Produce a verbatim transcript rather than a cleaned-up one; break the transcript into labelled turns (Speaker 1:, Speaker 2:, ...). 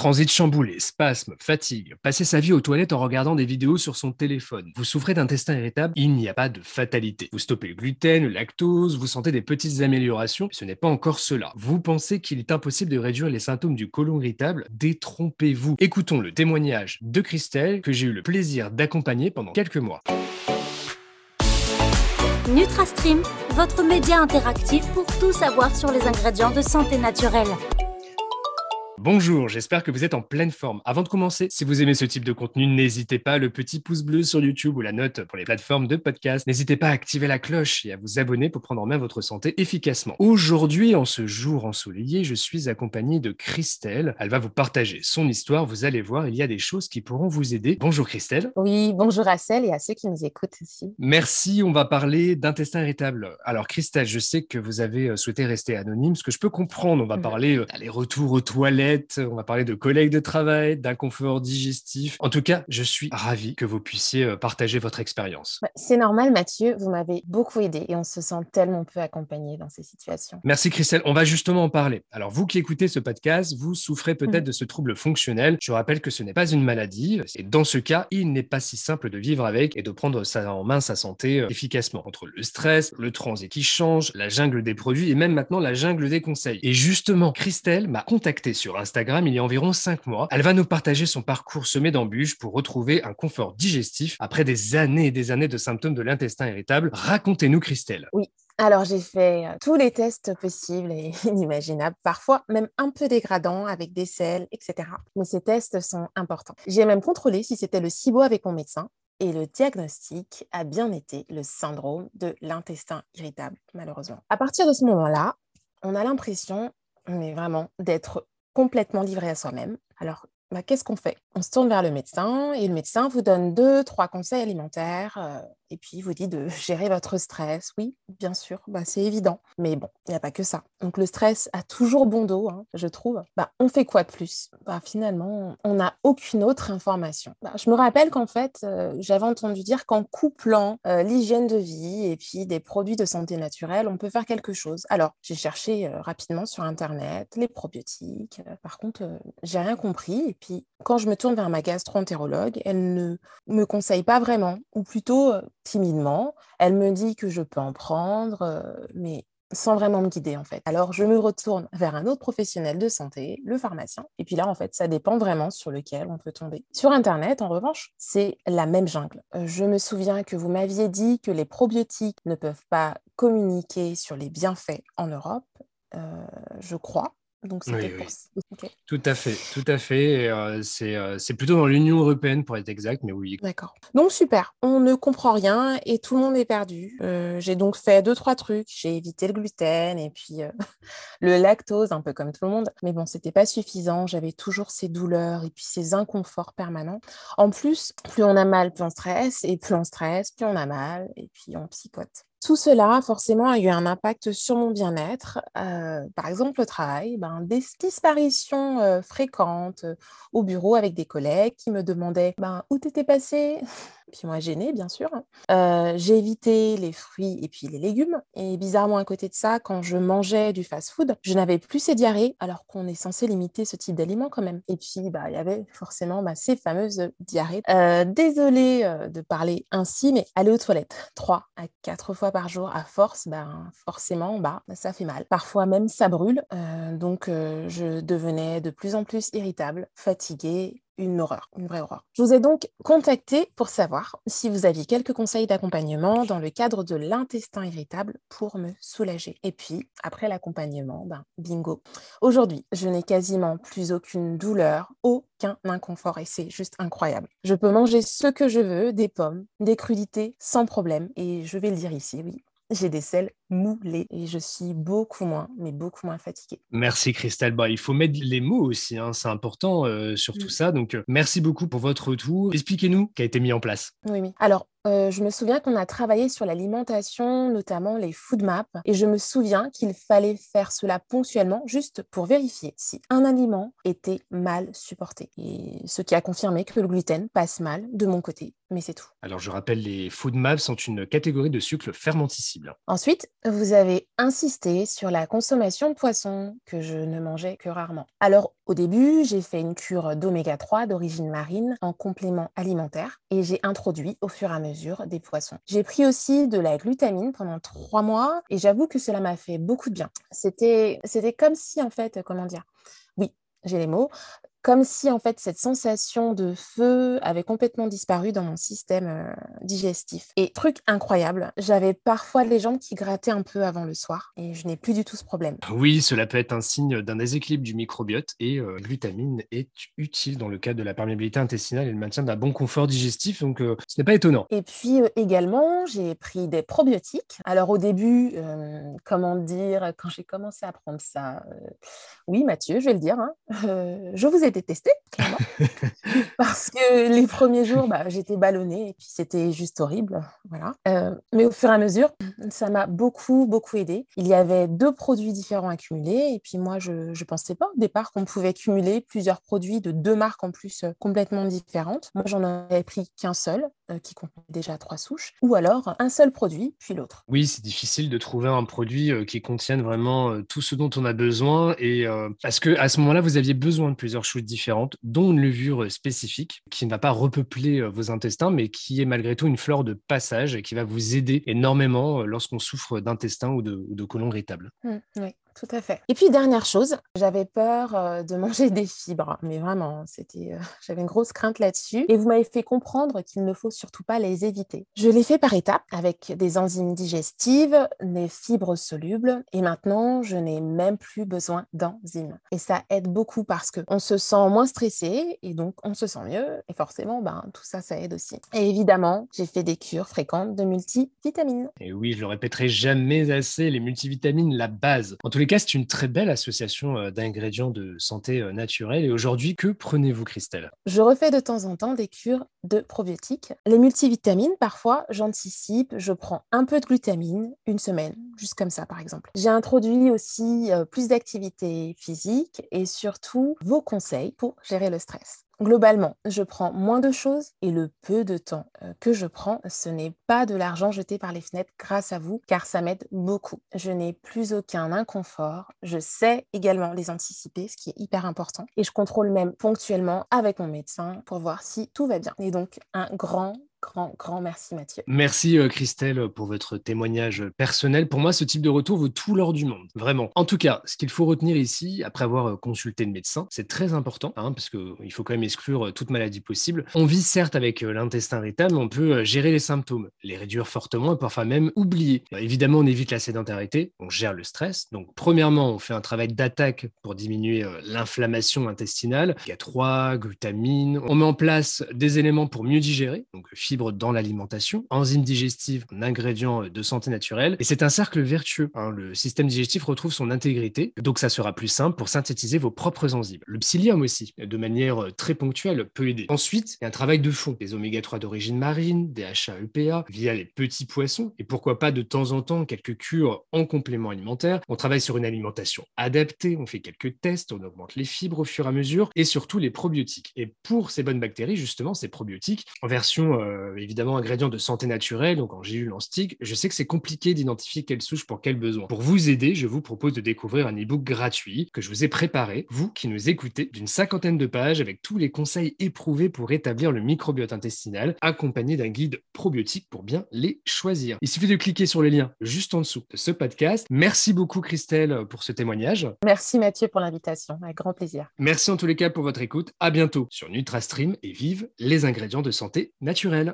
Speaker 1: Transit chamboulé, spasmes, fatigue, passer sa vie aux toilettes en regardant des vidéos sur son téléphone. Vous souffrez d'intestin irritable, il n'y a pas de fatalité. Vous stoppez le gluten, le lactose, vous sentez des petites améliorations, mais ce n'est pas encore cela. Vous pensez qu'il est impossible de réduire les symptômes du côlon irritable? Détrompez-vous. Écoutons le témoignage de Christelle que j'ai eu le plaisir d'accompagner pendant quelques mois.
Speaker 2: NutraStream, votre média interactif pour tout savoir sur les ingrédients de santé naturelle.
Speaker 1: Bonjour, j'espère que vous êtes en pleine forme. Avant de commencer, si vous aimez ce type de contenu, n'hésitez pas, le petit pouce bleu sur YouTube ou la note pour les plateformes de podcast. N'hésitez pas à activer la cloche et à vous abonner pour prendre en main votre santé efficacement. Aujourd'hui, en ce jour ensoleillé, je suis accompagné de Christelle. Elle va vous partager son histoire. Vous allez voir, il y a des choses qui pourront vous aider. Bonjour Christelle.
Speaker 3: Oui, bonjour à celles et à ceux qui nous écoutent aussi.
Speaker 1: Merci, on va parler d'intestin irritable. Alors Christelle, je sais que vous avez souhaité rester anonyme, ce que je peux comprendre. On va parler euh, aller-retour aux toilettes. On va parler de collègues de travail, d'inconfort digestif. En tout cas, je suis ravi que vous puissiez partager votre expérience.
Speaker 3: C'est normal, Mathieu, vous m'avez beaucoup aidé et on se sent tellement peu accompagné dans ces situations.
Speaker 1: Merci Christelle, on va justement en parler. Alors vous qui écoutez ce podcast, vous souffrez peut-être mmh. de ce trouble fonctionnel. Je rappelle que ce n'est pas une maladie et dans ce cas, il n'est pas si simple de vivre avec et de prendre ça en main sa santé efficacement. Entre le stress, le transit qui change, la jungle des produits et même maintenant la jungle des conseils. Et justement, Christelle m'a contacté sur Instagram il y a environ cinq mois. Elle va nous partager son parcours semé d'embûches pour retrouver un confort digestif après des années et des années de symptômes de l'intestin irritable. Racontez-nous Christelle.
Speaker 3: Oui. Alors, j'ai fait tous les tests possibles et inimaginables, parfois même un peu dégradants avec des sels, et cetera. Mais ces tests sont importants. J'ai même contrôlé si c'était le SIBO avec mon médecin et le diagnostic a bien été le syndrome de l'intestin irritable, malheureusement. À partir de ce moment-là, on a l'impression, mais vraiment, d'être complètement livré à soi-même. Alors, bah, qu'est-ce qu'on fait? On se tourne vers le médecin et le médecin vous donne deux, trois conseils alimentaires euh, et puis il vous dit de gérer votre stress. Oui, bien sûr, bah, c'est évident. Mais bon, il n'y a pas que ça. Donc, le stress a toujours bon dos, hein, je trouve. Bah, on fait quoi de plus? Bah, finalement, on n'a aucune autre information. Bah, je me rappelle qu'en fait, euh, j'avais entendu dire qu'en couplant euh, l'hygiène de vie et puis des produits de santé naturelle, on peut faire quelque chose. Alors, j'ai cherché euh, rapidement sur Internet les probiotiques. Euh, par contre, euh, j'ai rien compris. Et puis, quand je me tourne vers ma gastro-entérologue, elle ne me conseille pas vraiment, ou plutôt euh, timidement. Elle me dit que je peux en prendre, euh, mais sans vraiment me guider en fait. Alors, je me retourne vers un autre professionnel de santé, le pharmacien. Et puis là, en fait, ça dépend vraiment sur lequel on peut tomber. Sur Internet, en revanche, c'est la même jungle. Euh, je me souviens que vous m'aviez dit que les probiotiques ne peuvent pas communiquer sur les bienfaits en Europe, euh, je crois. Donc, c'était
Speaker 1: oui,
Speaker 3: pour...
Speaker 1: oui.
Speaker 3: Okay.
Speaker 1: Tout à fait, tout à fait. Euh, c'est, euh, c'est plutôt dans l'Union européenne pour être exact, mais oui.
Speaker 3: D'accord. Donc, super. On ne comprend rien et tout le monde est perdu. Euh, j'ai donc fait deux, trois trucs. J'ai évité le gluten et puis euh, le lactose, un peu comme tout le monde. Mais bon, c'était pas suffisant. J'avais toujours ces douleurs et puis ces inconforts permanents. En plus, plus on a mal, plus on stresse. Et plus on stresse, plus on a mal. Et puis, on psychote. Tout cela, forcément, a eu un impact sur mon bien-être. Euh, par exemple, au travail, ben, des disparitions euh, fréquentes euh, au bureau avec des collègues qui me demandaient ben, où t'étais passé. Puis moi, gênée, bien sûr. Euh, j'ai évité les fruits et puis les légumes. Et bizarrement, à côté de ça, quand je mangeais du fast-food, je n'avais plus ces diarrhées, alors qu'on est censé limiter ce type d'aliments quand même. Et puis, bah, il y avait forcément bah, ces fameuses diarrhées. Euh, désolée euh, de parler ainsi, mais aller aux toilettes trois à quatre fois par jour à force, ben, forcément, bah, ça fait mal. Parfois même, ça brûle. Euh, donc, euh, je devenais de plus en plus irritable, fatiguée, une horreur, une vraie horreur. Je vous ai donc contacté pour savoir si vous aviez quelques conseils d'accompagnement dans le cadre de l'intestin irritable pour me soulager. Et puis, après l'accompagnement, ben, bingo. Aujourd'hui, je n'ai quasiment plus aucune douleur, aucun inconfort et c'est juste incroyable. Je peux manger ce que je veux, des pommes, des crudités, sans problème. Et je vais le dire ici, oui. J'ai des selles moulées et je suis beaucoup moins, mais beaucoup moins fatiguée.
Speaker 1: Merci Christelle. Bah, il faut mettre les mots aussi, hein, c'est important euh, sur tout
Speaker 3: Mm.
Speaker 1: ça. Donc, euh, merci beaucoup pour votre retour. Expliquez-nous ce qui a été mis en place.
Speaker 3: Oui, oui. Alors, euh, je me souviens qu'on a travaillé sur l'alimentation, notamment les food maps, et je me souviens qu'il fallait faire cela ponctuellement, juste pour vérifier si un aliment était mal supporté. Et ce qui a confirmé que le gluten passe mal de mon côté. mais c'est tout.
Speaker 1: Alors, je rappelle, les FODMAP sont une catégorie de sucres fermentescibles.
Speaker 3: Ensuite, vous avez insisté sur la consommation de poissons, que je ne mangeais que rarement. Alors, au début, j'ai fait une cure d'oméga trois d'origine marine en complément alimentaire et j'ai introduit au fur et à mesure des poissons. J'ai pris aussi de la glutamine pendant trois mois et j'avoue que cela m'a fait beaucoup de bien. C'était, c'était comme si, en fait, comment dire, oui, j'ai les mots, comme si en fait cette sensation de feu avait complètement disparu dans mon système euh, digestif. Et truc incroyable, j'avais parfois les jambes qui grattaient un peu avant le soir et je n'ai plus du tout ce problème.
Speaker 1: Oui, cela peut être un signe d'un déséquilibre du microbiote et euh, la glutamine est utile dans le cadre de la perméabilité intestinale et le maintien d'un bon confort digestif, donc euh, ce n'est pas étonnant.
Speaker 3: Et puis euh, également, j'ai pris des probiotiques. Alors au début, euh, comment dire, quand j'ai commencé à prendre ça, euh, oui Mathieu, je vais le dire, hein, euh, je vous ai détesté, clairement. Parce que les premiers jours, bah, j'étais ballonnée et puis c'était juste horrible. Voilà. Euh, mais au fur et à mesure, ça m'a beaucoup, beaucoup aidé. Il y avait deux produits différents à cumuler et puis moi, je ne pensais pas au départ qu'on pouvait cumuler plusieurs produits de deux marques en plus euh, complètement différentes. Moi, j'en avais pris qu'un seul euh, qui contenait déjà trois souches ou alors un seul produit puis l'autre.
Speaker 1: Oui, c'est difficile de trouver un produit euh, qui contienne vraiment euh, tout ce dont on a besoin et euh, parce que à ce moment-là, vous aviez besoin de plusieurs choses différentes, dont une levure spécifique qui ne va pas repeupler euh, vos intestins, mais qui est malgré tout une flore de passage et qui va vous aider énormément euh, lorsqu'on souffre d'intestin ou de, ou de côlon irritable.
Speaker 3: Mmh, oui. Tout à fait. Et puis, dernière chose, j'avais peur euh, de manger des fibres, mais vraiment, c'était, euh, j'avais une grosse crainte là-dessus. Et vous m'avez fait comprendre qu'il ne faut surtout pas les éviter. Je l'ai fait par étapes avec des enzymes digestives, des fibres solubles, et maintenant, je n'ai même plus besoin d'enzymes. Et ça aide beaucoup parce qu'on se sent moins stressé, et donc on se sent mieux, et forcément, ben, tout ça, ça aide aussi. Et évidemment, j'ai fait des cures fréquentes de multivitamines.
Speaker 1: Et oui, je le répéterai jamais assez, les multivitamines, la base. En tous les cas, c'est une très belle association euh, d'ingrédients de santé euh, naturelle. Et aujourd'hui, que prenez-vous, Christelle?
Speaker 3: Je refais de temps en temps des cures de probiotiques. Les multivitamines, parfois, j'anticipe, je prends un peu de glutamine, une semaine, juste comme ça, par exemple. J'ai introduit aussi euh, plus d'activité physique et surtout vos conseils pour gérer le stress. Globalement, je prends moins de choses et le peu de temps euh, que je prends, ce n'est pas de l'argent jeté par les fenêtres grâce à vous, car ça m'aide beaucoup. Je n'ai plus aucun inconfort. Je sais également les anticiper, ce qui est hyper important. Et je contrôle même ponctuellement avec mon médecin pour voir si tout va bien. Et donc, un grand Grand, grand merci Mathieu.
Speaker 1: Merci euh, Christelle pour votre témoignage personnel. Pour moi, ce type de retour vaut tout l'or du monde, vraiment. En tout cas, ce qu'il faut retenir ici, après avoir euh, consulté le médecin, c'est très important, hein, parce qu'il faut quand même exclure euh, toute maladie possible. On vit certes avec euh, l'intestin irritable, mais on peut euh, gérer les symptômes, les réduire fortement et parfois même oublier. Euh, évidemment, on évite la sédentarité, on gère le stress. Donc, premièrement, on fait un travail d'attaque pour diminuer euh, l'inflammation intestinale, oméga trois, glutamine. On met en place des éléments pour mieux digérer, donc fibres dans l'alimentation, enzymes digestives, un ingrédient de santé naturelle. Et c'est un cercle vertueux. Hein. Le système digestif retrouve son intégrité, donc ça sera plus simple pour synthétiser vos propres enzymes. Le psyllium aussi, de manière très ponctuelle, peut aider. Ensuite, il y a un travail de fond. Des oméga trois d'origine marine, des H A E P A, via les petits poissons, et pourquoi pas de temps en temps quelques cures en complément alimentaire. On travaille sur une alimentation adaptée, on fait quelques tests, on augmente les fibres au fur et à mesure, et surtout les probiotiques. Et pour ces bonnes bactéries, justement, ces probiotiques, en version euh, évidemment ingrédients de santé naturelle, donc en gélules, en stick, je sais que c'est compliqué d'identifier quelle souche pour quel besoin. Pour vous aider, je vous propose de découvrir un e-book gratuit que je vous ai préparé, vous qui nous écoutez, d'une cinquantaine de pages avec tous les conseils éprouvés pour rétablir le microbiote intestinal, accompagné d'un guide probiotique pour bien les choisir. Il suffit de cliquer sur le lien juste en dessous de ce podcast. Merci beaucoup Christelle pour ce témoignage.
Speaker 3: Merci Mathieu pour l'invitation, avec grand plaisir.
Speaker 1: Merci en tous les cas pour votre écoute. À bientôt sur NutraStream et vive les ingrédients de santé naturelle.